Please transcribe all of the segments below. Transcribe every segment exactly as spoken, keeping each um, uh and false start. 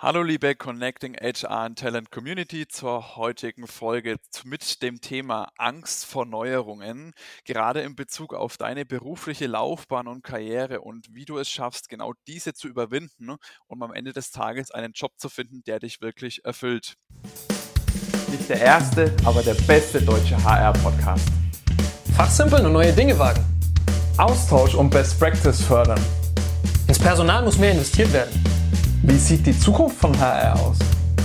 Hallo liebe Connecting H R and Talent Community zur heutigen Folge z- mit dem Thema Angst vor Neuerungen, gerade in Bezug auf deine berufliche Laufbahn und Karriere und wie du es schaffst, genau diese zu überwinden, um am Ende des Tages einen Job zu finden, der dich wirklich erfüllt. Nicht der erste, aber der beste deutsche H R-Podcast. Fachsimpeln und neue Dinge wagen. Austausch und Best Practice fördern. Ins Personal muss mehr investiert werden. Wie sieht die Zukunft von H R aus?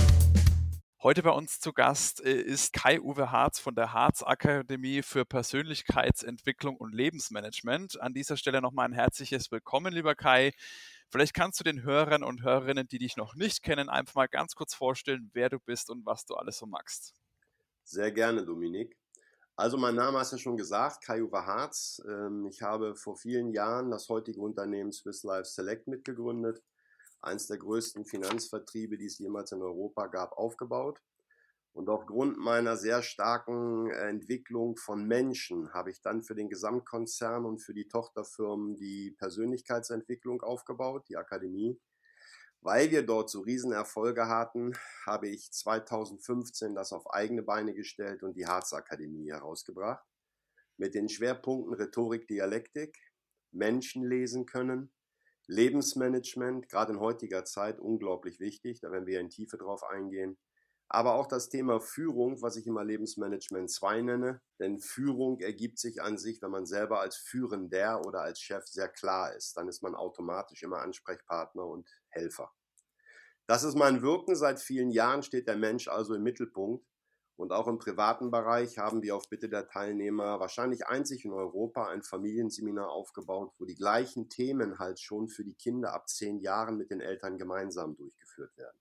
Heute bei uns zu Gast äh, ist Kai-Uwe Harz von der Harz Akademie für Persönlichkeitsentwicklung und Lebensmanagement. An dieser Stelle nochmal ein herzliches Willkommen, lieber Kai. Vielleicht kannst du den Hörern und Hörerinnen, die dich noch nicht kennen, einfach mal ganz kurz vorstellen, wer du bist und was du alles so magst. Sehr gerne, Dominik. Also mein Name hast du ja schon gesagt, Kai-Uwe Harz. Ich habe vor vielen Jahren das heutige Unternehmen Swiss Life Select mitgegründet, eines der größten Finanzvertriebe, die es jemals in Europa gab, aufgebaut. Und aufgrund meiner sehr starken Entwicklung von Menschen habe ich dann für den Gesamtkonzern und für die Tochterfirmen die Persönlichkeitsentwicklung aufgebaut, die Akademie. Weil wir dort so Riesenerfolge hatten, habe ich zweitausendfünfzehn das auf eigene Beine gestellt und die Harz Akademie herausgebracht. Mit den Schwerpunkten Rhetorik, Dialektik, Menschen lesen können, Lebensmanagement, gerade in heutiger Zeit unglaublich wichtig, da werden wir in Tiefe drauf eingehen. Aber auch das Thema Führung, was ich immer Lebensmanagement zwei nenne, denn Führung ergibt sich an sich, wenn man selber als Führender oder als Chef sehr klar ist, dann ist man automatisch immer Ansprechpartner und Helfer. Das ist mein Wirken, seit vielen Jahren steht der Mensch also im Mittelpunkt. Und auch im privaten Bereich haben wir auf Bitte der Teilnehmer wahrscheinlich einzig in Europa ein Familienseminar aufgebaut, wo die gleichen Themen halt schon für die Kinder ab zehn Jahren mit den Eltern gemeinsam durchgeführt werden.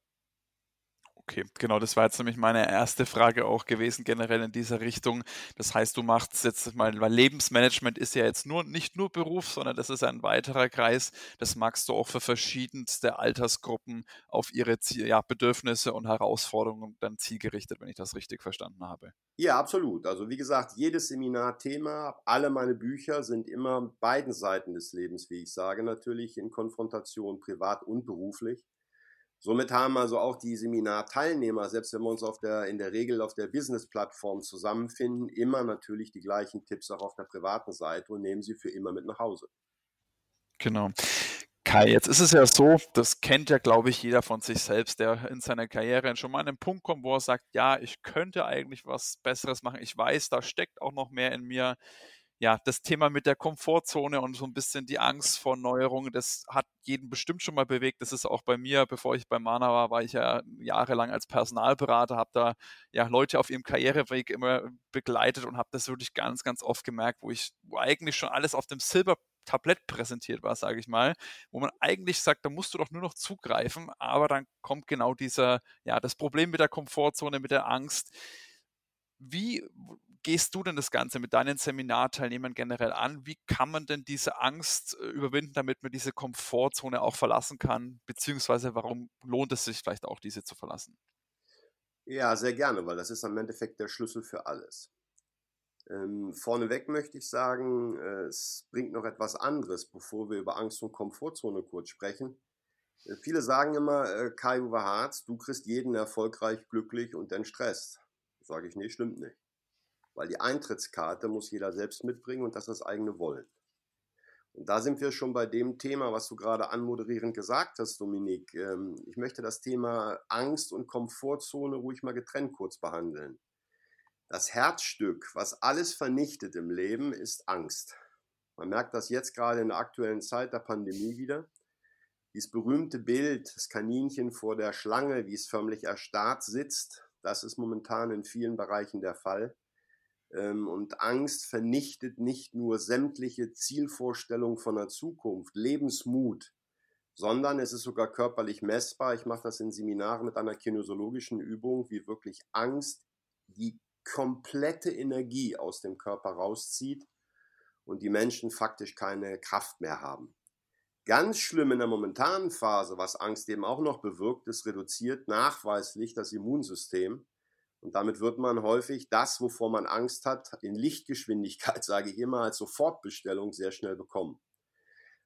Okay, genau, das war jetzt nämlich meine erste Frage auch gewesen, generell in dieser Richtung. Das heißt, du machst jetzt mal, weil Lebensmanagement ist ja jetzt nur nicht nur Beruf, sondern das ist ein weiterer Kreis. Das magst du auch für verschiedenste Altersgruppen auf ihre Ziel, ja, Bedürfnisse und Herausforderungen dann zielgerichtet, wenn ich das richtig verstanden habe. Ja, absolut. Also wie gesagt, jedes Seminarthema, alle meine Bücher sind immer beiden Seiten des Lebens, wie ich sage, natürlich in Konfrontation, privat und beruflich. Somit haben also auch die Seminarteilnehmer, selbst wenn wir uns auf der, in der Regel auf der Business-Plattform zusammenfinden, immer natürlich die gleichen Tipps auch auf der privaten Seite und nehmen sie für immer mit nach Hause. Genau. Kai, jetzt ist es ja so, das kennt ja, glaube ich, jeder von sich selbst, der in seiner Karriere schon mal an den Punkt kommt, wo er sagt, ja, ich könnte eigentlich was Besseres machen. Ich weiß, da steckt auch noch mehr in mir. Ja, das Thema mit der Komfortzone und so ein bisschen die Angst vor Neuerungen, das hat jeden bestimmt schon mal bewegt. Das ist auch bei mir, bevor ich bei Mana war, war ich ja jahrelang als Personalberater, habe da ja Leute auf ihrem Karriereweg immer begleitet und habe das wirklich ganz, ganz oft gemerkt, wo ich, wo eigentlich schon alles auf dem Silbertablett präsentiert war, sage ich mal, wo man eigentlich sagt, da musst du doch nur noch zugreifen, aber dann kommt genau dieser, ja, das Problem mit der Komfortzone, mit der Angst. Wie gehst du denn das Ganze mit deinen Seminarteilnehmern generell an? Wie kann man denn diese Angst äh, überwinden, damit man diese Komfortzone auch verlassen kann? Beziehungsweise warum lohnt es sich vielleicht auch, diese zu verlassen? Ja, sehr gerne, weil das ist im Endeffekt der Schlüssel für alles. Ähm, vorneweg möchte ich sagen, äh, es bringt noch etwas anderes, bevor wir über Angst und Komfortzone kurz sprechen. Äh, viele sagen immer, äh, Kai-Uwe Harz, du kriegst jeden erfolgreich, glücklich und entstresst. Sage ich, nee, stimmt nicht. Weil die Eintrittskarte muss jeder selbst mitbringen und das ist das eigene Wollen. Und da sind wir schon bei dem Thema, was du gerade anmoderierend gesagt hast, Dominik. Ähm, ich möchte das Thema Angst und Komfortzone ruhig mal getrennt kurz behandeln. Das Herzstück, was alles vernichtet im Leben, ist Angst. Man merkt das jetzt gerade in der aktuellen Zeit der Pandemie wieder. Dieses berühmte Bild, das Kaninchen vor der Schlange, wie es förmlich erstarrt sitzt, das ist momentan in vielen Bereichen der Fall. Und Angst vernichtet nicht nur sämtliche Zielvorstellungen von der Zukunft, Lebensmut, sondern es ist sogar körperlich messbar. Ich mache das in Seminaren mit einer kinesiologischen Übung, wie wirklich Angst die komplette Energie aus dem Körper rauszieht und die Menschen faktisch keine Kraft mehr haben. Ganz schlimm in der momentanen Phase, was Angst eben auch noch bewirkt, ist reduziert nachweislich das Immunsystem. Und damit wird man häufig das, wovor man Angst hat, in Lichtgeschwindigkeit, sage ich immer, als Sofortbestellung sehr schnell bekommen.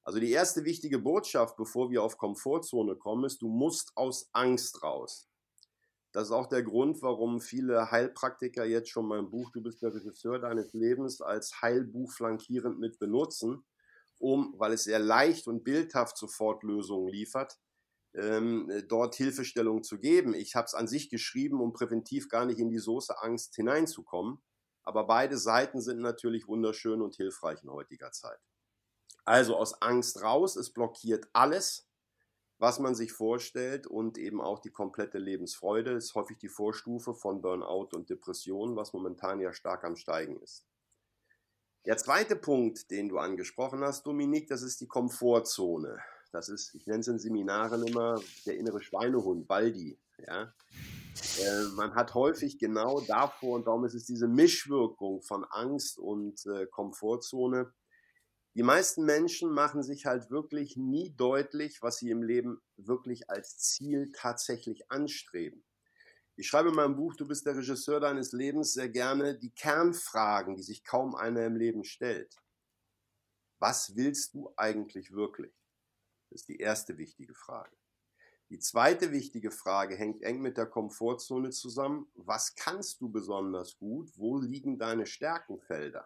Also die erste wichtige Botschaft, bevor wir auf Komfortzone kommen, ist, du musst aus Angst raus. Das ist auch der Grund, warum viele Heilpraktiker jetzt schon mein Buch „Du bist der Regisseur deines Lebens" als Heilbuch flankierend mit benutzen, um, weil es sehr leicht und bildhaft sofort Lösungen liefert, ähm, dort Hilfestellung zu geben. Ich habe es an sich geschrieben, um präventiv gar nicht in die Soße Angst hineinzukommen. Aber beide Seiten sind natürlich wunderschön und hilfreich in heutiger Zeit. Also aus Angst raus, es blockiert alles, was man sich vorstellt, und eben auch die komplette Lebensfreude ist häufig die Vorstufe von Burnout und Depression, was momentan ja stark am Steigen ist. Der zweite Punkt, den du angesprochen hast, Dominik, das ist die Komfortzone. Das ist, ich nenne es in Seminaren immer, der innere Schweinehund, Baldi. Ja? Äh, man hat häufig genau davor, und darum ist es diese Mischwirkung von Angst und äh, Komfortzone. Die meisten Menschen machen sich halt wirklich nie deutlich, was sie im Leben wirklich als Ziel tatsächlich anstreben. Ich schreibe in meinem Buch „Du bist der Regisseur deines Lebens" sehr gerne die Kernfragen, die sich kaum einer im Leben stellt. Was willst du eigentlich wirklich? Das ist die erste wichtige Frage. Die zweite wichtige Frage hängt eng mit der Komfortzone zusammen. Was kannst du besonders gut? Wo liegen deine Stärkenfelder?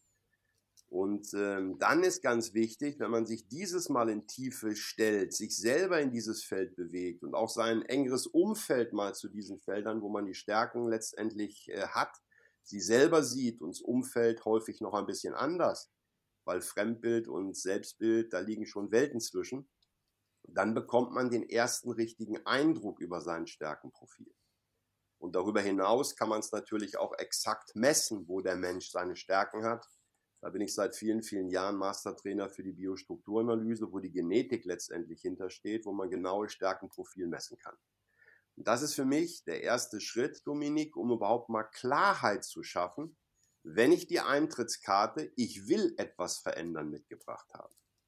Und ähm, dann ist ganz wichtig, wenn man sich dieses mal in Tiefe stellt, sich selber in dieses Feld bewegt und auch sein engeres Umfeld mal zu diesen Feldern, wo man die Stärken letztendlich äh, hat, sie selber sieht, und das Umfeld häufig noch ein bisschen anders, weil Fremdbild und Selbstbild, da liegen schon Welten zwischen. Dann bekommt man den ersten richtigen Eindruck über sein Stärkenprofil. Und darüber hinaus kann man es natürlich auch exakt messen, wo der Mensch seine Stärken hat. Da bin ich seit vielen, vielen Jahren Mastertrainer für die Biostrukturanalyse, wo die Genetik letztendlich hintersteht, wo man genaue Stärkenprofil messen kann. Und das ist für mich der erste Schritt, Dominik, um überhaupt mal Klarheit zu schaffen, wenn ich die Eintrittskarte „Ich will etwas verändern" mitgebracht habe.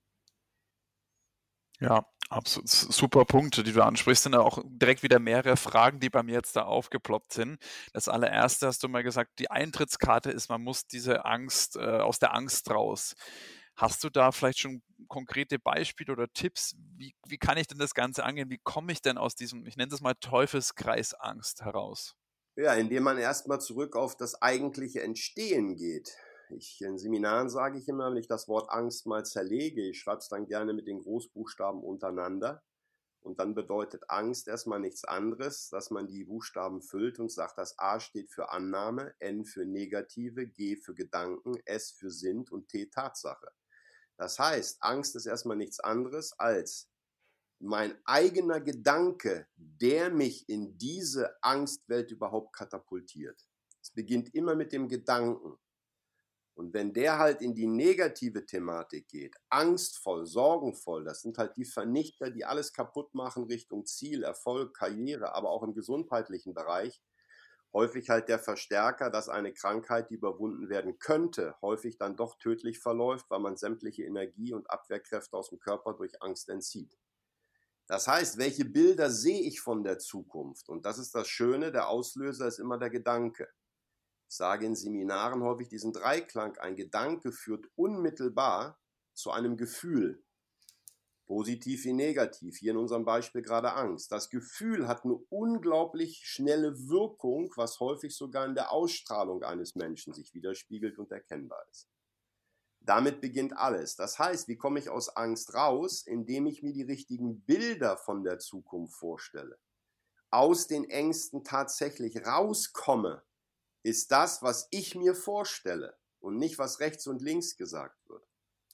Ja, absolut super Punkte, die du ansprichst, sind ja auch direkt wieder mehrere Fragen, die bei mir jetzt da aufgeploppt sind. Das allererste hast du mal gesagt, die Eintrittskarte ist, man muss diese Angst, äh, aus der Angst raus. Hast du da vielleicht schon konkrete Beispiele oder Tipps? Wie, wie kann ich denn das Ganze angehen? Wie komme ich denn aus diesem, ich nenne es mal Teufelskreis Angst heraus? Ja, indem man erstmal zurück auf das eigentliche Entstehen geht. Ich, in Seminaren sage ich immer, wenn ich das Wort Angst mal zerlege, ich schreibe es dann gerne mit den Großbuchstaben untereinander. Und dann bedeutet Angst erstmal nichts anderes, dass man die Buchstaben füllt und sagt, das A steht für Annahme, N für Negative, G für Gedanken, S für Sind und T Tatsache. Das heißt, Angst ist erstmal nichts anderes als mein eigener Gedanke, der mich in diese Angstwelt überhaupt katapultiert. Es beginnt immer mit dem Gedanken. Und wenn der halt in die negative Thematik geht, angstvoll, sorgenvoll, das sind halt die Vernichter, die alles kaputt machen Richtung Ziel, Erfolg, Karriere, aber auch im gesundheitlichen Bereich, häufig halt der Verstärker, dass eine Krankheit, die überwunden werden könnte, häufig dann doch tödlich verläuft, weil man sämtliche Energie und Abwehrkräfte aus dem Körper durch Angst entzieht. Das heißt, welche Bilder sehe ich von der Zukunft? Und das ist das Schöne, der Auslöser ist immer der Gedanke. Ich sage in Seminaren häufig diesen Dreiklang, ein Gedanke führt unmittelbar zu einem Gefühl, positiv wie negativ, hier in unserem Beispiel gerade Angst. Das Gefühl hat eine unglaublich schnelle Wirkung, was häufig sogar in der Ausstrahlung eines Menschen sich widerspiegelt und erkennbar ist. Damit beginnt alles. Das heißt, wie komme ich aus Angst raus? Indem ich mir die richtigen Bilder von der Zukunft vorstelle. Aus den Ängsten tatsächlich rauskomme, ist das, was ich mir vorstelle und nicht, was rechts und links gesagt wird.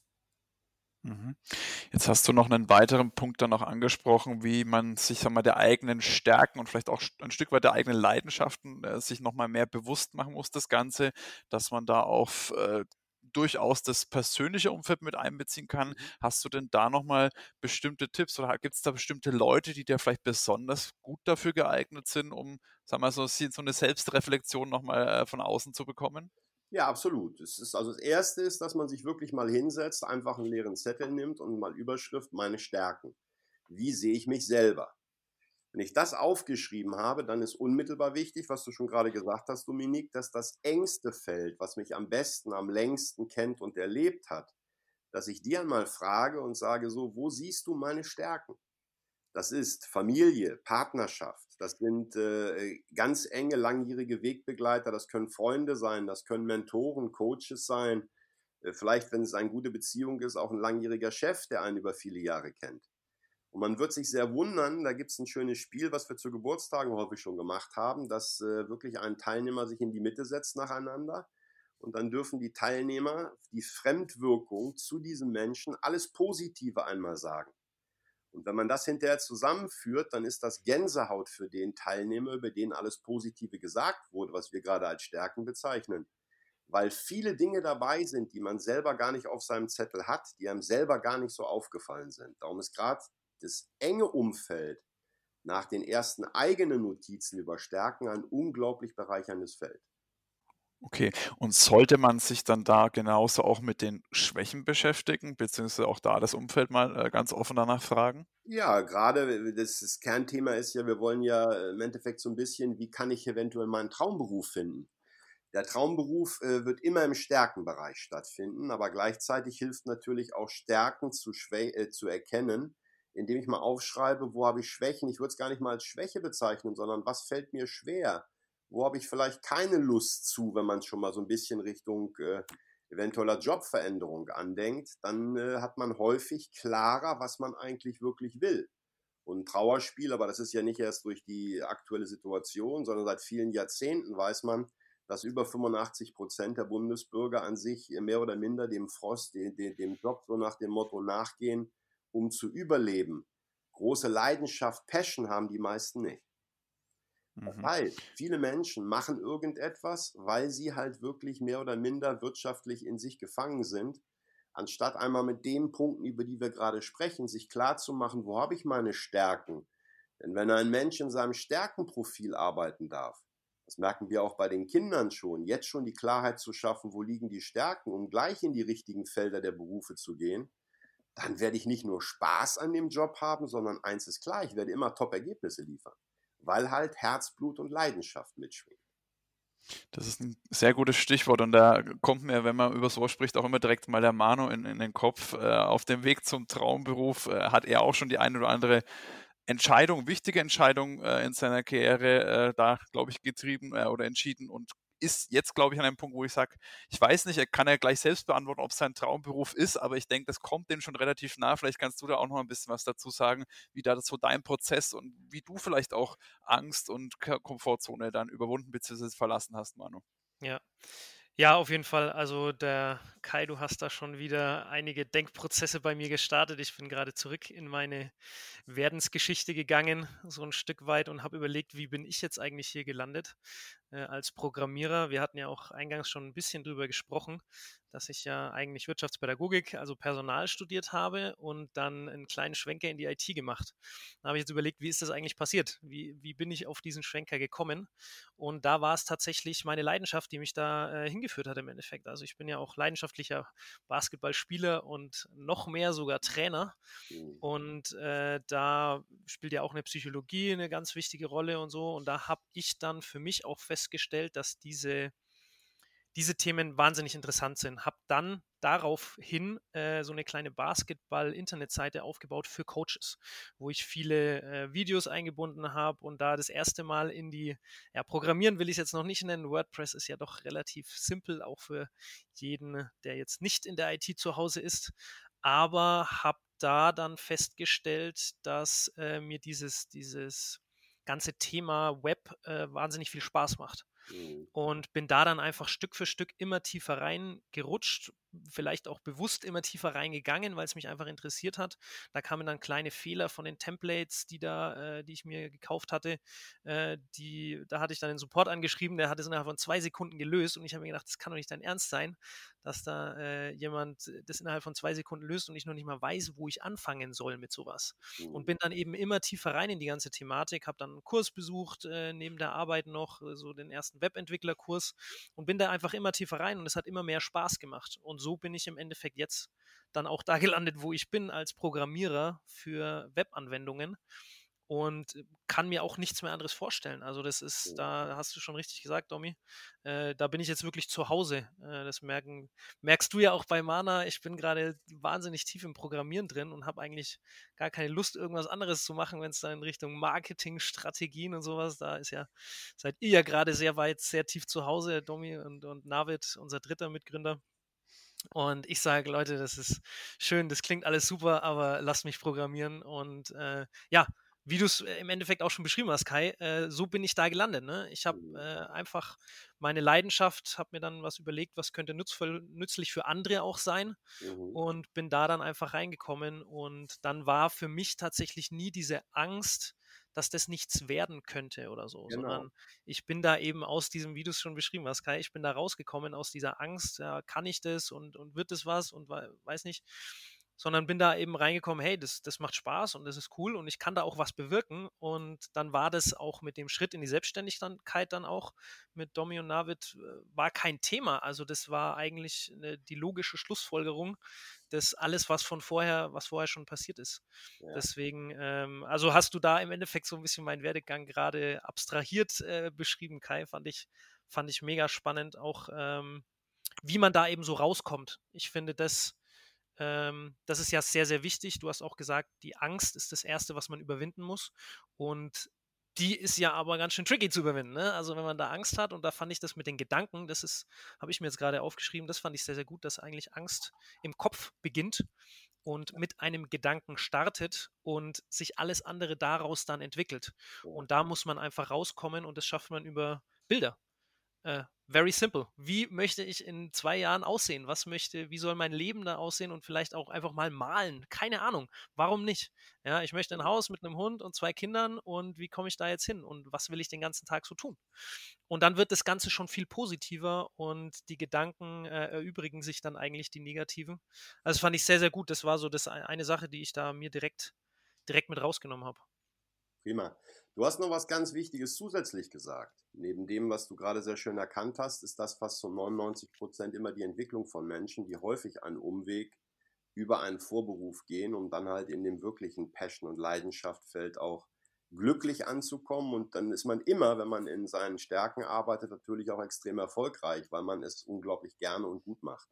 Mhm. Jetzt hast du noch einen weiteren Punkt dann noch angesprochen, wie man sich, sag mal, der eigenen Stärken und vielleicht auch ein Stück weit der eigenen Leidenschaften äh, sich noch mal mehr bewusst machen muss, das Ganze, dass man da auf äh, durchaus das persönliche Umfeld mit einbeziehen kann. Mhm. Hast du denn da noch mal bestimmte Tipps oder gibt es da bestimmte Leute, die dir vielleicht besonders gut dafür geeignet sind, um, sag mal, so, so eine Selbstreflexion noch mal äh, von außen zu bekommen? Ja, absolut. Es ist also das Erste ist, dass man sich wirklich mal hinsetzt, einfach einen leeren Zettel nimmt und mal Überschrift meine Stärken. Wie sehe ich mich selber? Wenn ich das aufgeschrieben habe, dann ist unmittelbar wichtig, was du schon gerade gesagt hast, Dominik, dass das engste Feld, was mich am besten, am längsten kennt und erlebt hat, dass ich die einmal frage und sage so, wo siehst du meine Stärken? Das ist Familie, Partnerschaft, das sind äh, ganz enge, langjährige Wegbegleiter, das können Freunde sein, das können Mentoren, Coaches sein, äh, vielleicht, wenn es eine gute Beziehung ist, auch ein langjähriger Chef, der einen über viele Jahre kennt. Und man wird sich sehr wundern, da gibt es ein schönes Spiel, was wir zu Geburtstagen häufig schon gemacht haben, dass äh, wirklich ein Teilnehmer sich in die Mitte setzt nacheinander und dann dürfen die Teilnehmer die Fremdwirkung zu diesem Menschen alles Positive einmal sagen. Und wenn man das hinterher zusammenführt, dann ist das Gänsehaut für den Teilnehmer, über den alles Positive gesagt wurde, was wir gerade als Stärken bezeichnen. Weil viele Dinge dabei sind, die man selber gar nicht auf seinem Zettel hat, die einem selber gar nicht so aufgefallen sind. Darum ist gerade das enge Umfeld nach den ersten eigenen Notizen über Stärken ein unglaublich bereicherndes Feld. Okay, und sollte man sich dann da genauso auch mit den Schwächen beschäftigen, beziehungsweise auch da das Umfeld mal äh, ganz offen danach fragen? Ja, gerade das, das Kernthema ist ja, wir wollen ja im Endeffekt so ein bisschen, wie kann ich eventuell meinen Traumberuf finden? Der Traumberuf äh, wird immer im Stärkenbereich stattfinden, aber gleichzeitig hilft natürlich auch Stärken zu, schwä- äh, zu erkennen, indem ich mal aufschreibe, wo habe ich Schwächen. Ich würde es gar nicht mal als Schwäche bezeichnen, sondern was fällt mir schwer? Wo habe ich vielleicht keine Lust zu, wenn man schon mal so ein bisschen Richtung äh, eventueller Jobveränderung andenkt, dann äh, hat man häufig klarer, was man eigentlich wirklich will. Und ein Trauerspiel, aber das ist ja nicht erst durch die aktuelle Situation, sondern seit vielen Jahrzehnten weiß man, dass über fünfundachtzig Prozent der Bundesbürger an sich mehr oder minder dem Frost, dem, dem Job so nach dem Motto nachgehen, um zu überleben. Große Leidenschaft, Passion haben die meisten nicht. Das Mhm. heißt, viele Menschen machen irgendetwas, weil sie halt wirklich mehr oder minder wirtschaftlich in sich gefangen sind, anstatt einmal mit den Punkten, über die wir gerade sprechen, sich klar zu machen, wo habe ich meine Stärken? Denn wenn ein Mensch in seinem Stärkenprofil arbeiten darf, das merken wir auch bei den Kindern schon, jetzt schon die Klarheit zu schaffen, wo liegen die Stärken, um gleich in die richtigen Felder der Berufe zu gehen, dann werde ich nicht nur Spaß an dem Job haben, sondern eins ist klar, ich werde immer Top-Ergebnisse liefern, weil halt Herzblut und Leidenschaft mitschwingen. Das ist ein sehr gutes Stichwort und da kommt mir, wenn man über so spricht, auch immer direkt mal der Manu in, in den Kopf. Äh, auf dem Weg zum Traumberuf äh, hat er auch schon die eine oder andere Entscheidung, wichtige Entscheidung äh, in seiner Karriere äh, da, glaube ich, getrieben äh, oder entschieden und ist jetzt, glaube ich, an einem Punkt, wo ich sage, ich weiß nicht, er kann ja gleich selbst beantworten, ob es sein Traumberuf ist, aber ich denke, das kommt dem schon relativ nah. Vielleicht kannst du da auch noch ein bisschen was dazu sagen, wie da das so dein Prozess und wie du vielleicht auch Angst und K- Komfortzone dann überwunden bzw. verlassen hast, Manu. Ja. Ja, auf jeden Fall. Also der Kai, du hast da schon wieder einige Denkprozesse bei mir gestartet. Ich bin gerade zurück in meine Werdensgeschichte gegangen, so ein Stück weit und habe überlegt, wie bin ich jetzt eigentlich hier gelandet äh, als Programmierer. Wir hatten ja auch eingangs schon ein bisschen drüber gesprochen, dass ich ja eigentlich Wirtschaftspädagogik, also Personal studiert habe und dann einen kleinen Schwenker in die I T gemacht. Da habe ich jetzt überlegt, wie ist das eigentlich passiert? Wie, wie bin ich auf diesen Schwenker gekommen? Und da war es tatsächlich meine Leidenschaft, die mich da äh, hingeführt hat im Endeffekt. Also ich bin ja auch leidenschaftlicher Basketballspieler und noch mehr sogar Trainer. Mhm. Und äh, da spielt ja auch eine Psychologie eine ganz wichtige Rolle und so. Und da habe ich dann für mich auch festgestellt, dass diese, diese Themen wahnsinnig interessant sind. Habe dann daraufhin äh, so eine kleine Basketball-Internetseite aufgebaut für Coaches, wo ich viele äh, Videos eingebunden habe und da das erste Mal in die, ja, Programmieren will ich es jetzt noch nicht nennen. WordPress ist ja doch relativ simpel, auch für jeden, der jetzt nicht in der I T zu Hause ist. Aber habe da dann festgestellt, dass äh, mir dieses, dieses ganze Thema Web äh, wahnsinnig viel Spaß macht. Mhm. Und bin da dann einfach Stück für Stück immer tiefer reingerutscht, vielleicht auch bewusst immer tiefer reingegangen, weil es mich einfach interessiert hat. Da kamen dann kleine Fehler von den Templates, die da, äh, die ich mir gekauft hatte. Äh, die, da hatte ich dann den Support angeschrieben, der hat es innerhalb von zwei Sekunden gelöst und ich habe mir gedacht, das kann doch nicht dein Ernst sein, dass da äh, jemand das innerhalb von zwei Sekunden löst und ich noch nicht mal weiß, wo ich anfangen soll mit sowas. Und Mhm. bin dann eben immer tiefer rein in die ganze Thematik, habe dann einen Kurs besucht, äh, neben der Arbeit noch, äh, so den ersten Webentwicklerkurs und bin da einfach immer tiefer rein und es hat immer mehr Spaß gemacht. Und so bin ich im Endeffekt jetzt dann auch da gelandet, wo ich bin, als Programmierer für Webanwendungen. und kann mir auch nichts mehr anderes vorstellen. Also das ist, da hast du schon richtig gesagt, Domi, äh, da bin ich jetzt wirklich zu Hause. Äh, das merken, merkst du ja auch bei Mana. Ich bin gerade wahnsinnig tief im Programmieren drin und habe eigentlich gar keine Lust, irgendwas anderes zu machen, wenn es da in Richtung Marketing, Strategien und sowas, da ist ja, seid ihr ja gerade sehr weit, sehr tief zu Hause, Domi und, und Navid, unser dritter Mitgründer. Und ich sage, Leute, das ist schön, das klingt alles super, aber lasst mich programmieren. Und äh, ja, wie du es im Endeffekt auch schon beschrieben hast, Kai, äh, so bin ich da gelandet. Ne? Ich habe äh, einfach meine Leidenschaft, habe mir dann was überlegt, was könnte nützvoll, nützlich für andere auch sein Mhm. und bin da dann einfach reingekommen. Und dann war für mich tatsächlich nie diese Angst, dass das nichts werden könnte oder so, Genau. sondern ich bin da eben aus diesem, wie du es schon beschrieben hast, Kai, ich bin da rausgekommen aus dieser Angst, ja, kann ich das und, und wird das was und weiß nicht, sondern bin da eben reingekommen, hey, das, das macht Spaß und das ist cool und ich kann da auch was bewirken. Und dann war das auch mit dem Schritt in die Selbstständigkeit dann auch mit Domi und Navid äh, war kein Thema. Also das war eigentlich eine, die logische Schlussfolgerung, dass alles, was von vorher, was vorher schon passiert ist. Ja. Deswegen, ähm, also hast du da im Endeffekt so ein bisschen meinen Werdegang gerade abstrahiert äh, beschrieben, Kai, fand ich, fand ich mega spannend, auch ähm, wie man da eben so rauskommt. Ich finde, das, ähm, das ist ja sehr, sehr wichtig. Du hast auch gesagt, die Angst ist das Erste, was man überwinden muss. Und die ist ja aber ganz schön tricky zu überwinden. Ne? Also wenn man da Angst hat, und da fand ich das mit den Gedanken, das ist, habe ich mir jetzt gerade aufgeschrieben, das fand ich sehr, sehr gut, dass eigentlich Angst im Kopf beginnt und mit einem Gedanken startet und sich alles andere daraus dann entwickelt. Ja. Und da muss man einfach rauskommen und das schafft man über Bilder. Äh, very simple. Wie möchte ich in zwei Jahren aussehen? Was möchte, wie soll mein Leben da aussehen? Und vielleicht auch einfach mal malen. Keine Ahnung. Warum nicht? Ja, ich möchte ein Haus mit einem Hund und zwei Kindern und wie komme ich da jetzt hin? Und was will ich den ganzen Tag so tun? Und dann wird das Ganze schon viel positiver und die Gedanken äh, erübrigen sich dann eigentlich die negativen. Also das fand ich sehr, sehr gut. Das war so das eine Sache, die ich da mir direkt, direkt mit rausgenommen habe. Prima. Du hast noch was ganz Wichtiges zusätzlich gesagt. Neben dem, was du gerade sehr schön erkannt hast, ist das fast zu neunundneunzig Prozent immer die Entwicklung von Menschen, die häufig einen Umweg über einen Vorberuf gehen, um dann halt in dem wirklichen Passion- und Leidenschaftfeld auch glücklich anzukommen. Und dann ist man immer, wenn man in seinen Stärken arbeitet, natürlich auch extrem erfolgreich, weil man es unglaublich gerne und gut macht.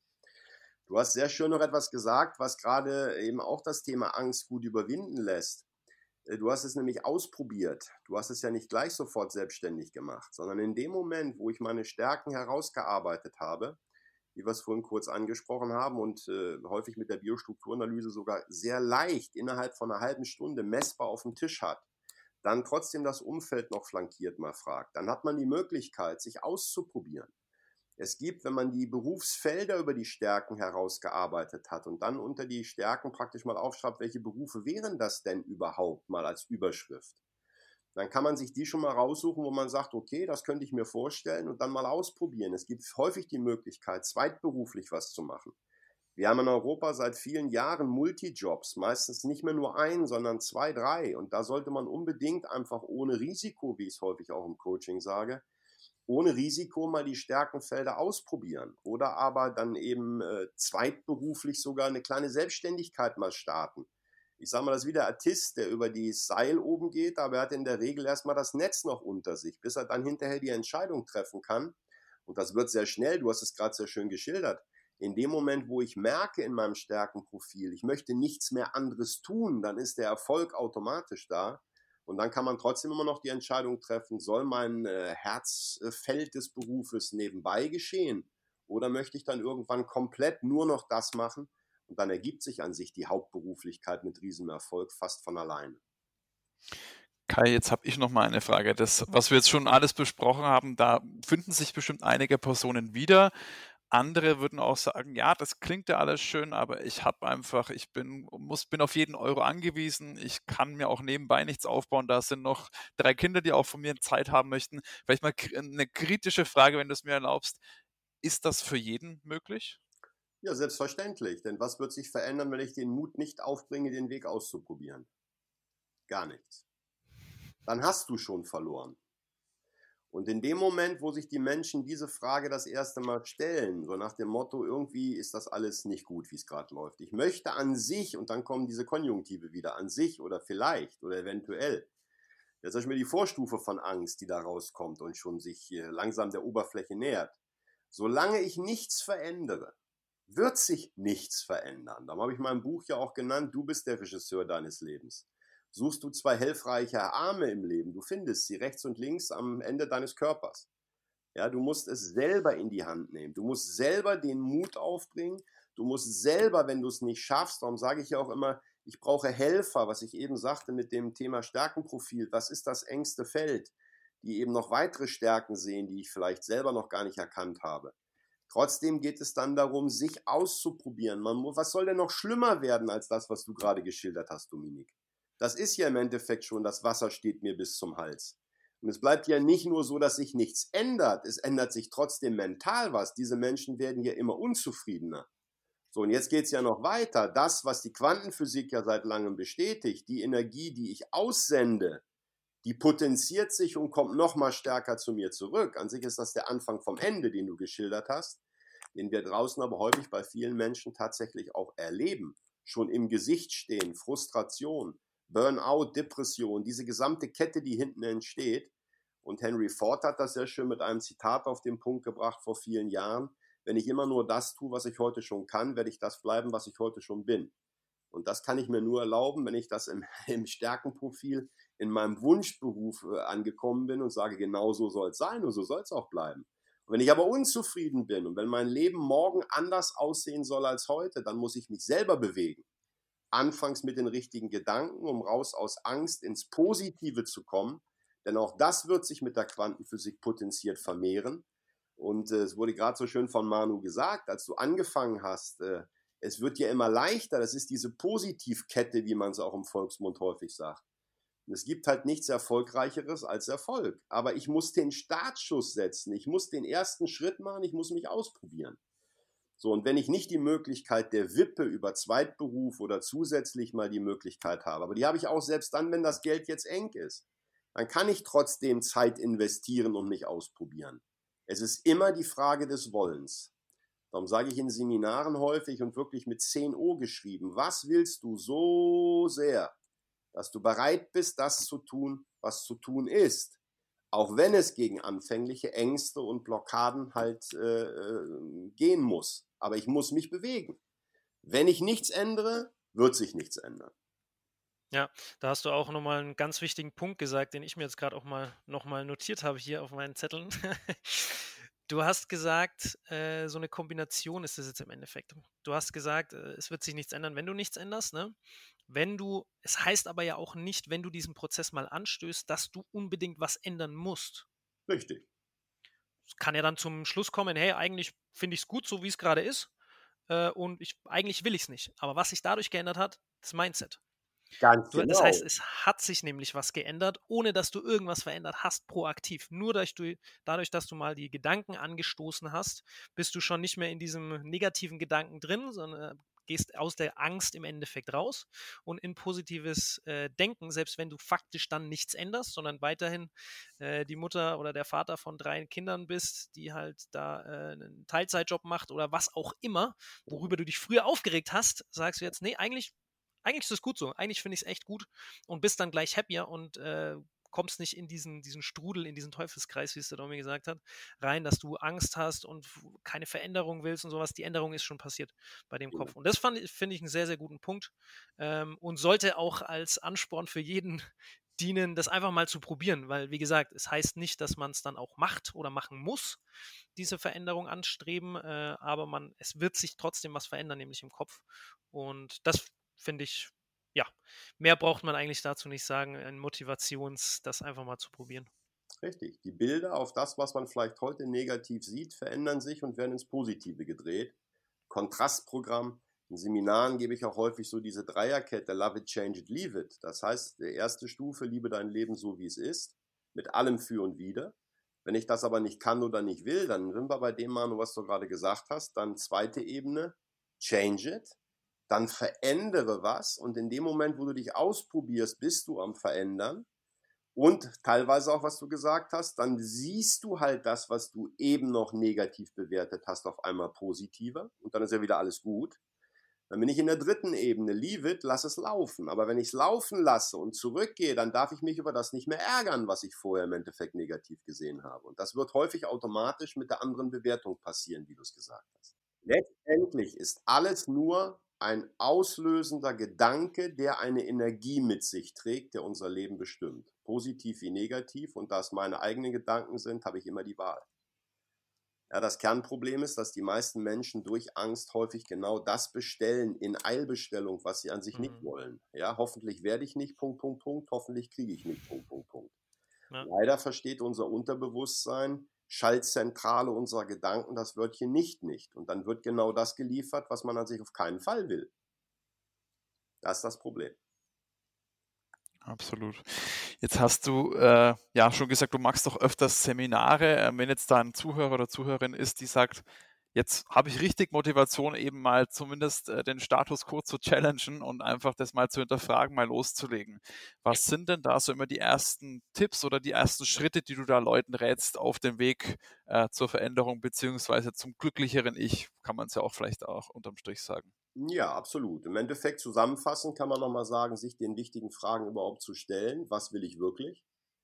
Du hast sehr schön noch etwas gesagt, was gerade eben auch das Thema Angst gut überwinden lässt. Du hast es nämlich ausprobiert. Du hast es ja nicht gleich sofort selbstständig gemacht, sondern in dem Moment, wo ich meine Stärken herausgearbeitet habe, wie wir es vorhin kurz angesprochen haben und äh, häufig mit der Biostrukturanalyse sogar sehr leicht innerhalb von einer halben Stunde messbar auf dem Tisch hat, dann trotzdem das Umfeld noch flankiert mal fragt, dann hat man die Möglichkeit, sich auszuprobieren. Es gibt, wenn man die Berufsfelder über die Stärken herausgearbeitet hat und dann unter die Stärken praktisch mal aufschreibt, welche Berufe wären das denn überhaupt mal als Überschrift, dann kann man sich die schon mal raussuchen, wo man sagt, okay, das könnte ich mir vorstellen und dann mal ausprobieren. Es gibt häufig die Möglichkeit, zweitberuflich was zu machen. Wir haben in Europa seit vielen Jahren Multijobs, meistens nicht mehr nur ein, sondern zwei, drei. Und da sollte man unbedingt einfach ohne Risiko, wie ich es häufig auch im Coaching sage, ohne Risiko mal die Stärkenfelder ausprobieren oder aber dann eben äh, zweitberuflich sogar eine kleine Selbstständigkeit mal starten. Ich sage mal, das ist wie der Artist, der über das Seil oben geht, aber er hat in der Regel erstmal das Netz noch unter sich, bis er dann hinterher die Entscheidung treffen kann. Und das wird sehr schnell, du hast es gerade sehr schön geschildert. In dem Moment, wo ich merke in meinem Stärkenprofil, ich möchte nichts mehr anderes tun, dann ist der Erfolg automatisch da. Und dann kann man trotzdem immer noch die Entscheidung treffen, soll mein äh, Herzfeld des Berufes nebenbei geschehen oder möchte ich dann irgendwann komplett nur noch das machen? Und dann ergibt sich an sich die Hauptberuflichkeit mit Riesenerfolg fast von alleine. Kai, jetzt habe ich noch mal eine Frage. Das, was wir jetzt schon alles besprochen haben, da finden sich bestimmt einige Personen wieder. Andere würden auch sagen, ja, das klingt ja alles schön, aber ich habe einfach, ich bin, muss, bin auf jeden Euro angewiesen. Ich kann mir auch nebenbei nichts aufbauen. Da sind noch drei Kinder, die auch von mir Zeit haben möchten. Vielleicht mal eine kritische Frage, wenn du es mir erlaubst. Ist das für jeden möglich? Ja, selbstverständlich. Denn was wird sich verändern, wenn ich den Mut nicht aufbringe, den Weg auszuprobieren? Gar nichts. Dann hast du schon verloren. Und in dem Moment, wo sich die Menschen diese Frage das erste Mal stellen, so nach dem Motto, irgendwie ist das alles nicht gut, wie es gerade läuft. Ich möchte an sich, und dann kommen diese Konjunktive wieder, an sich oder vielleicht oder eventuell. Jetzt habe ich mir die Vorstufe von Angst, die da rauskommt und schon sich äh, langsam der Oberfläche nähert. Solange ich nichts verändere, wird sich nichts verändern. Darum habe ich mein Buch ja auch genannt, du bist der Regisseur deines Lebens. Suchst du zwei hilfreiche Arme im Leben, du findest sie rechts und links am Ende deines Körpers. Ja, du musst es selber in die Hand nehmen. Du musst selber den Mut aufbringen. Du musst selber, wenn du es nicht schaffst, darum sage ich ja auch immer, ich brauche Helfer, was ich eben sagte mit dem Thema Stärkenprofil. Was ist das engste Feld? Die eben noch weitere Stärken sehen, die ich vielleicht selber noch gar nicht erkannt habe. Trotzdem geht es dann darum, sich auszuprobieren. Man muss, was soll denn noch schlimmer werden als das, was du gerade geschildert hast, Dominik? Das ist ja im Endeffekt schon, das Wasser steht mir bis zum Hals. Und es bleibt ja nicht nur so, dass sich nichts ändert, es ändert sich trotzdem mental was. Diese Menschen werden ja immer unzufriedener. So, und jetzt geht es ja noch weiter. Das, was die Quantenphysik ja seit langem bestätigt, die Energie, die ich aussende, die potenziert sich und kommt noch mal stärker zu mir zurück. An sich ist das der Anfang vom Ende, den du geschildert hast, den wir draußen aber häufig bei vielen Menschen tatsächlich auch erleben. Schon im Gesicht stehen, Frustration, Burnout, Depression, diese gesamte Kette, die hinten entsteht. Und Henry Ford hat das sehr schön mit einem Zitat auf den Punkt gebracht vor vielen Jahren. Wenn ich immer nur das tue, was ich heute schon kann, werde ich das bleiben, was ich heute schon bin. Und das kann ich mir nur erlauben, wenn ich das im, im Stärkenprofil in meinem Wunschberuf äh, angekommen bin und sage, genau so soll es sein und so soll es auch bleiben. Und wenn ich aber unzufrieden bin und wenn mein Leben morgen anders aussehen soll als heute, dann muss ich mich selber bewegen. Anfangs mit den richtigen Gedanken, um raus aus Angst ins Positive zu kommen. Denn auch das wird sich mit der Quantenphysik potenziert vermehren. Und äh, es wurde gerade so schön von Manu gesagt, als du angefangen hast, äh, es wird ja immer leichter, das ist diese Positivkette, wie man es auch im Volksmund häufig sagt. Und es gibt halt nichts Erfolgreicheres als Erfolg. Aber ich muss den Startschuss setzen, ich muss den ersten Schritt machen, ich muss mich ausprobieren. So, und wenn ich nicht die Möglichkeit der Wippe über Zweitberuf oder zusätzlich mal die Möglichkeit habe, aber die habe ich auch selbst dann, wenn das Geld jetzt eng ist, dann kann ich trotzdem Zeit investieren und mich ausprobieren. Es ist immer die Frage des Wollens. Darum sage ich in Seminaren häufig und wirklich mit zehn O geschrieben, was willst du so sehr, dass du bereit bist, das zu tun, was zu tun ist. Auch wenn es gegen anfängliche Ängste und Blockaden halt äh, gehen muss. Aber ich muss mich bewegen. Wenn ich nichts ändere, wird sich nichts ändern. Ja, da hast du auch nochmal einen ganz wichtigen Punkt gesagt, den ich mir jetzt gerade auch mal nochmal notiert habe hier auf meinen Zetteln. Du hast gesagt, äh, so eine Kombination ist das jetzt im Endeffekt. Du hast gesagt, äh, es wird sich nichts ändern, wenn du nichts änderst, ne? Wenn du, es heißt aber ja auch nicht, wenn du diesen Prozess mal anstößt, dass du unbedingt was ändern musst. Richtig. Es kann ja dann zum Schluss kommen, hey, eigentlich finde ich es gut, so wie es gerade ist, äh, und ich, eigentlich will ich es nicht. Aber was sich dadurch geändert hat, das Mindset. Ganz Du, das genau. heißt, es hat sich nämlich was geändert, ohne dass du irgendwas verändert hast, proaktiv. Nur dadurch, du, dadurch, dass du mal die Gedanken angestoßen hast, bist du schon nicht mehr in diesem negativen Gedanken drin, sondern äh, gehst aus der Angst im Endeffekt raus und in positives äh, Denken, selbst wenn du faktisch dann nichts änderst, sondern weiterhin äh, die Mutter oder der Vater von drei Kindern bist, die halt da äh, einen Teilzeitjob macht oder was auch immer, worüber du dich früher aufgeregt hast, sagst du jetzt, nee, eigentlich Eigentlich ist es gut so. Eigentlich finde ich es echt gut und bist dann gleich happier und äh, kommst nicht in diesen, diesen Strudel, in diesen Teufelskreis, wie es der Domi gesagt hat, rein, dass du Angst hast und keine Veränderung willst und sowas. Die Änderung ist schon passiert bei dem Kopf. Und das finde ich einen sehr, sehr guten Punkt ähm, und sollte auch als Ansporn für jeden dienen, das einfach mal zu probieren, weil, wie gesagt, es heißt nicht, dass man es dann auch macht oder machen muss, diese Veränderung anstreben, äh, aber man, es wird sich trotzdem was verändern, nämlich im Kopf. Und das finde ich, ja, mehr braucht man eigentlich dazu nicht sagen, ein Motivations, das einfach mal zu probieren. Richtig. Die Bilder auf das, was man vielleicht heute negativ sieht, verändern sich und werden ins Positive gedreht. Kontrastprogramm. In Seminaren gebe ich auch häufig so diese Dreierkette, love it, change it, leave it. Das heißt, die erste Stufe, liebe dein Leben so, wie es ist, mit allem für und wider. Wenn ich das aber nicht kann oder nicht will, dann sind wir bei dem, Manu, was du gerade gesagt hast. Dann zweite Ebene, change it. Dann verändere was und in dem Moment, wo du dich ausprobierst, bist du am Verändern und teilweise auch, was du gesagt hast, dann siehst du halt das, was du eben noch negativ bewertet hast, auf einmal positiver und dann ist ja wieder alles gut. Dann bin ich in der dritten Ebene, leave it, lass es laufen. Aber wenn ich es laufen lasse und zurückgehe, dann darf ich mich über das nicht mehr ärgern, was ich vorher im Endeffekt negativ gesehen habe. Und das wird häufig automatisch mit der anderen Bewertung passieren, wie du es gesagt hast. Letztendlich ist alles nur ein auslösender Gedanke, der eine Energie mit sich trägt, der unser Leben bestimmt. Positiv wie negativ. Und da es meine eigenen Gedanken sind, habe ich immer die Wahl. Ja, das Kernproblem ist, dass die meisten Menschen durch Angst häufig genau das bestellen in Eilbestellung, was sie an sich nicht Mhm. wollen. Ja, hoffentlich werde ich nicht, Punkt, Punkt, Punkt, hoffentlich kriege ich nicht, Punkt, Punkt, Punkt. Ja. Leider versteht unser Unterbewusstsein, Schaltzentrale unserer Gedanken, das Wörtchen nicht nicht. Und dann wird genau das geliefert, was man an sich auf keinen Fall will. Das ist das Problem. Absolut. Jetzt hast du äh, ja schon gesagt, du machst doch öfters Seminare. Äh, wenn jetzt da ein Zuhörer oder Zuhörerin ist, die sagt, jetzt habe ich richtig Motivation, eben mal zumindest äh, den Status quo zu challengen und einfach das mal zu hinterfragen, mal loszulegen. Was sind denn da so immer die ersten Tipps oder die ersten Schritte, die du da Leuten rätst auf dem Weg äh, zur Veränderung beziehungsweise zum glücklicheren Ich, kann man es ja auch vielleicht auch unterm Strich sagen. Ja, absolut. Im Endeffekt zusammenfassend kann man nochmal sagen, sich den wichtigen Fragen überhaupt zu stellen. Was will ich wirklich?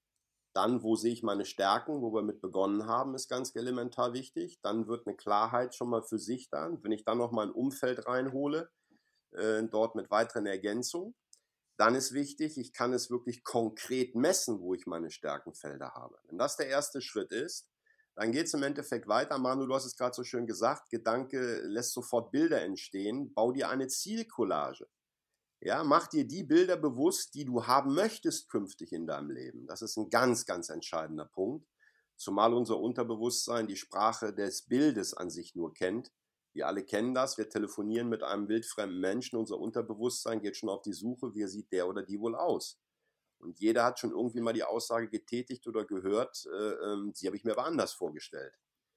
Dann, wo sehe ich meine Stärken, wo wir mit begonnen haben, ist ganz elementar wichtig. Dann wird eine Klarheit schon mal für sich da. Wenn ich dann nochmal ein Umfeld reinhole, äh, dort mit weiteren Ergänzungen, dann ist wichtig, ich kann es wirklich konkret messen, wo ich meine Stärkenfelder habe. Wenn das der erste Schritt ist, dann geht es im Endeffekt weiter. Manu, du hast es gerade so schön gesagt, Gedanke lässt sofort Bilder entstehen. Bau dir eine Zielcollage. Ja, mach dir die Bilder bewusst, die du haben möchtest künftig in deinem Leben. Das ist ein ganz, ganz entscheidender Punkt. Zumal unser Unterbewusstsein die Sprache des Bildes an sich nur kennt. Wir alle kennen das. Wir telefonieren mit einem wildfremden Menschen. Unser Unterbewusstsein geht schon auf die Suche, wie sieht der oder die wohl aus. Und jeder hat schon irgendwie mal die Aussage getätigt oder gehört, äh, äh, sie habe ich mir aber anders vorgestellt.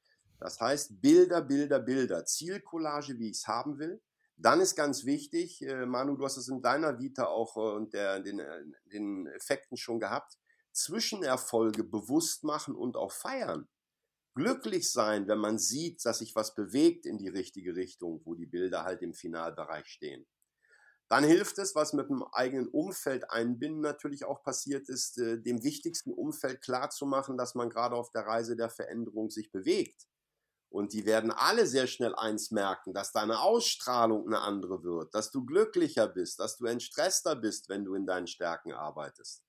Das heißt, Bilder, Bilder, Bilder, Zielcollage, wie ich es haben will. Dann ist ganz wichtig, äh, Manu, du hast es in deiner Vita auch äh, und der, den, äh, den Effekten schon gehabt, Zwischenerfolge bewusst machen und auch feiern. Glücklich sein, wenn man sieht, dass sich was bewegt in die richtige Richtung, wo die Bilder halt im Finalbereich stehen. Dann hilft es, was mit dem eigenen Umfeld einbinden natürlich auch passiert ist, äh, dem wichtigsten Umfeld klarzumachen, dass man gerade auf der Reise der Veränderung sich bewegt. Und die werden alle sehr schnell eins merken, dass deine Ausstrahlung eine andere wird, dass du glücklicher bist, dass du entstresster bist, wenn du in deinen Stärken arbeitest.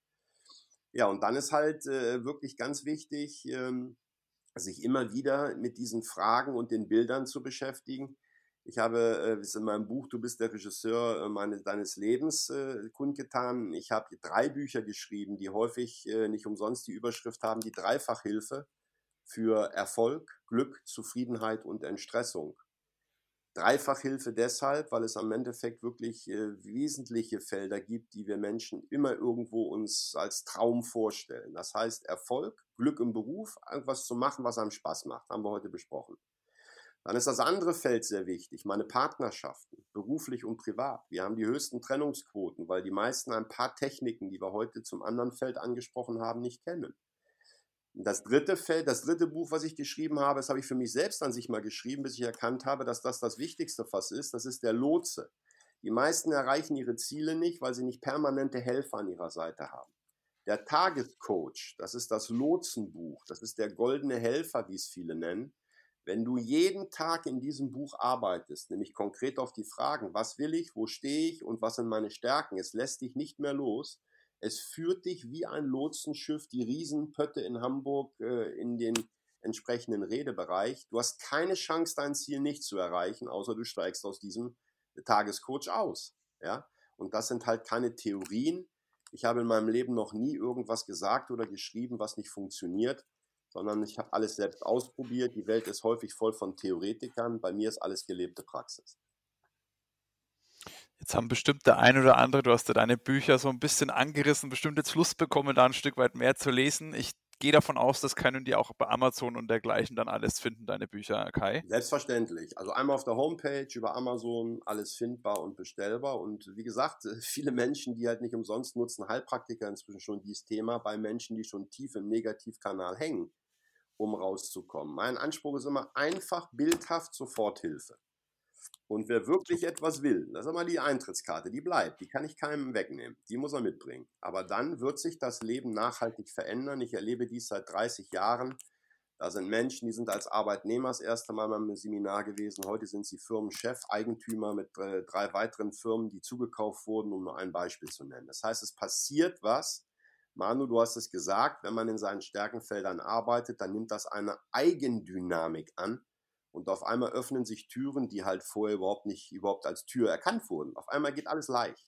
Ja, und dann ist halt äh, wirklich ganz wichtig, ähm, sich immer wieder mit diesen Fragen und den Bildern zu beschäftigen. Ich habe äh, in meinem Buch Du bist der Regisseur äh, meine, deines Lebens äh, kundgetan. Ich habe drei Bücher geschrieben, die häufig äh, nicht umsonst die Überschrift haben, die Dreifachhilfe für Erfolg, Glück, Zufriedenheit und Entstressung. Dreifachhilfe deshalb, weil es am Endeffekt wirklich äh, wesentliche Felder gibt, die wir Menschen immer irgendwo uns als Traum vorstellen. Das heißt Erfolg, Glück im Beruf, irgendwas zu machen, was einem Spaß macht, haben wir heute besprochen. Dann ist das andere Feld sehr wichtig, meine Partnerschaften, beruflich und privat. Wir haben die höchsten Trennungsquoten, weil die meisten ein paar Techniken, die wir heute zum anderen Feld angesprochen haben, nicht kennen. Das dritte Feld, das dritte Buch, was ich geschrieben habe, das habe ich für mich selbst an sich mal geschrieben, bis ich erkannt habe, dass das das Wichtigste fast ist. Das ist der Lotse. Die meisten erreichen ihre Ziele nicht, weil sie nicht permanente Helfer an ihrer Seite haben. Der Tagescoach, das ist das Lotsenbuch, das ist der goldene Helfer, wie es viele nennen. Wenn du jeden Tag in diesem Buch arbeitest, nämlich konkret auf die Fragen, was will ich, wo stehe ich und was sind meine Stärken, es lässt dich nicht mehr los. Es führt dich wie ein Lotsenschiff, die Riesenpötte in Hamburg, äh, in den entsprechenden Redebereich. Du hast keine Chance, dein Ziel nicht zu erreichen, außer du steigst aus diesem Tagescoach aus. Ja? Und das sind halt keine Theorien. Ich habe in meinem Leben noch nie irgendwas gesagt oder geschrieben, was nicht funktioniert, sondern ich habe alles selbst ausprobiert. Die Welt ist häufig voll von Theoretikern. Bei mir ist alles gelebte Praxis. Jetzt haben bestimmt der ein oder andere, du hast ja deine Bücher so ein bisschen angerissen, bestimmt jetzt Lust bekommen, da ein Stück weit mehr zu lesen. Ich gehe davon aus, das können die auch bei Amazon und dergleichen dann alles finden, deine Bücher, Kai. Selbstverständlich. Also einmal auf der Homepage, über Amazon, alles findbar und bestellbar. Und wie gesagt, viele Menschen, die halt nicht umsonst nutzen, Heilpraktiker inzwischen schon dieses Thema bei Menschen, die schon tief im Negativkanal hängen, um rauszukommen. Mein Anspruch ist immer einfach, bildhaft, Soforthilfe. Und wer wirklich etwas will, das ist einmal die Eintrittskarte, die bleibt, die kann ich keinem wegnehmen, die muss er mitbringen. Aber dann wird sich das Leben nachhaltig verändern. Ich erlebe dies seit dreißig Jahren. Da sind Menschen, die sind als Arbeitnehmer das erste Mal beim Seminar gewesen. Heute sind sie Firmenchef, Eigentümer mit drei, drei weiteren Firmen, die zugekauft wurden, um nur ein Beispiel zu nennen. Das heißt, es passiert was. Manu, du hast es gesagt, wenn man in seinen Stärkenfeldern arbeitet, dann nimmt das eine Eigendynamik an. Und auf einmal öffnen sich Türen, die halt vorher überhaupt nicht überhaupt als Tür erkannt wurden. Auf einmal geht alles leicht.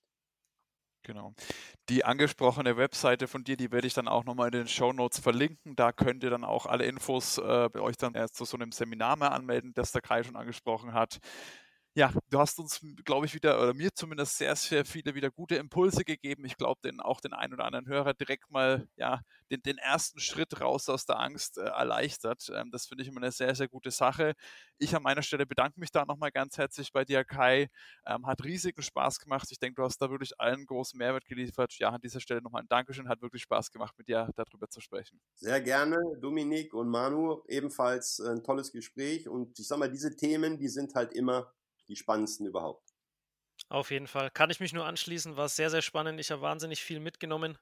Genau. Die angesprochene Webseite von dir, die werde ich dann auch nochmal in den Shownotes verlinken. Da könnt ihr dann auch alle Infos äh, bei euch dann erst zu so einem Seminar mal anmelden, das der Kai schon angesprochen hat. Ja, du hast uns, glaube ich, wieder, oder mir zumindest sehr, sehr viele wieder gute Impulse gegeben. Ich glaube, den, auch den einen oder anderen Hörer direkt mal ja, den, den ersten Schritt raus aus der Angst äh, erleichtert. Ähm, das finde ich immer eine sehr, sehr gute Sache. Ich an meiner Stelle bedanke mich da nochmal ganz herzlich bei dir, Kai. Ähm, hat riesigen Spaß gemacht. Ich denke, du hast da wirklich allen großen Mehrwert geliefert. Ja, an dieser Stelle nochmal ein Dankeschön. Hat wirklich Spaß gemacht, mit dir darüber zu sprechen. Sehr gerne, Dominik und Manu. Ebenfalls ein tolles Gespräch. Und ich sage mal, diese Themen, die sind halt immer die spannendsten überhaupt. Auf jeden Fall. Kann ich mich nur anschließen. War sehr, sehr spannend. Ich habe wahnsinnig viel mitgenommen.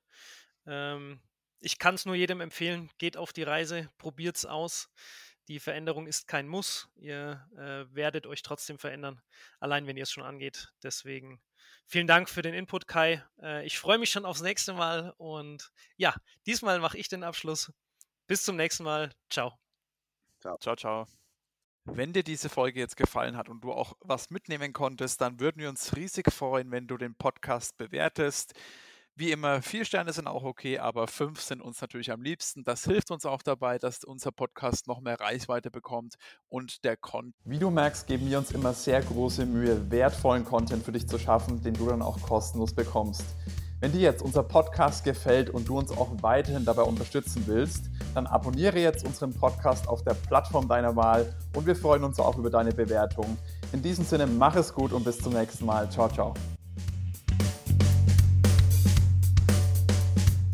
Ähm, ich kann es nur jedem empfehlen. Geht auf die Reise, probiert es aus. Die Veränderung ist kein Muss. Ihr äh, werdet euch trotzdem verändern, allein wenn ihr es schon angeht. Deswegen vielen Dank für den Input, Kai. Äh, ich freue mich schon aufs nächste Mal. Und ja, diesmal mache ich den Abschluss. Bis zum nächsten Mal. Ciao. Ciao, ciao. ciao. Wenn dir diese Folge jetzt gefallen hat und du auch was mitnehmen konntest, dann würden wir uns riesig freuen, wenn du den Podcast bewertest. Wie immer, vier Sterne sind auch okay, aber fünf sind uns natürlich am liebsten. Das hilft uns auch dabei, dass unser Podcast noch mehr Reichweite bekommt und der Content. Wie du merkst, geben wir uns immer sehr große Mühe, wertvollen Content für dich zu schaffen, den du dann auch kostenlos bekommst. Wenn dir jetzt unser Podcast gefällt und du uns auch weiterhin dabei unterstützen willst, dann abonniere jetzt unseren Podcast auf der Plattform deiner Wahl und wir freuen uns auch über deine Bewertung. In diesem Sinne, mach es gut und bis zum nächsten Mal. Ciao, ciao.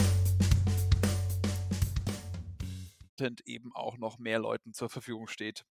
Eben auch noch mehr Leuten zur Verfügung steht.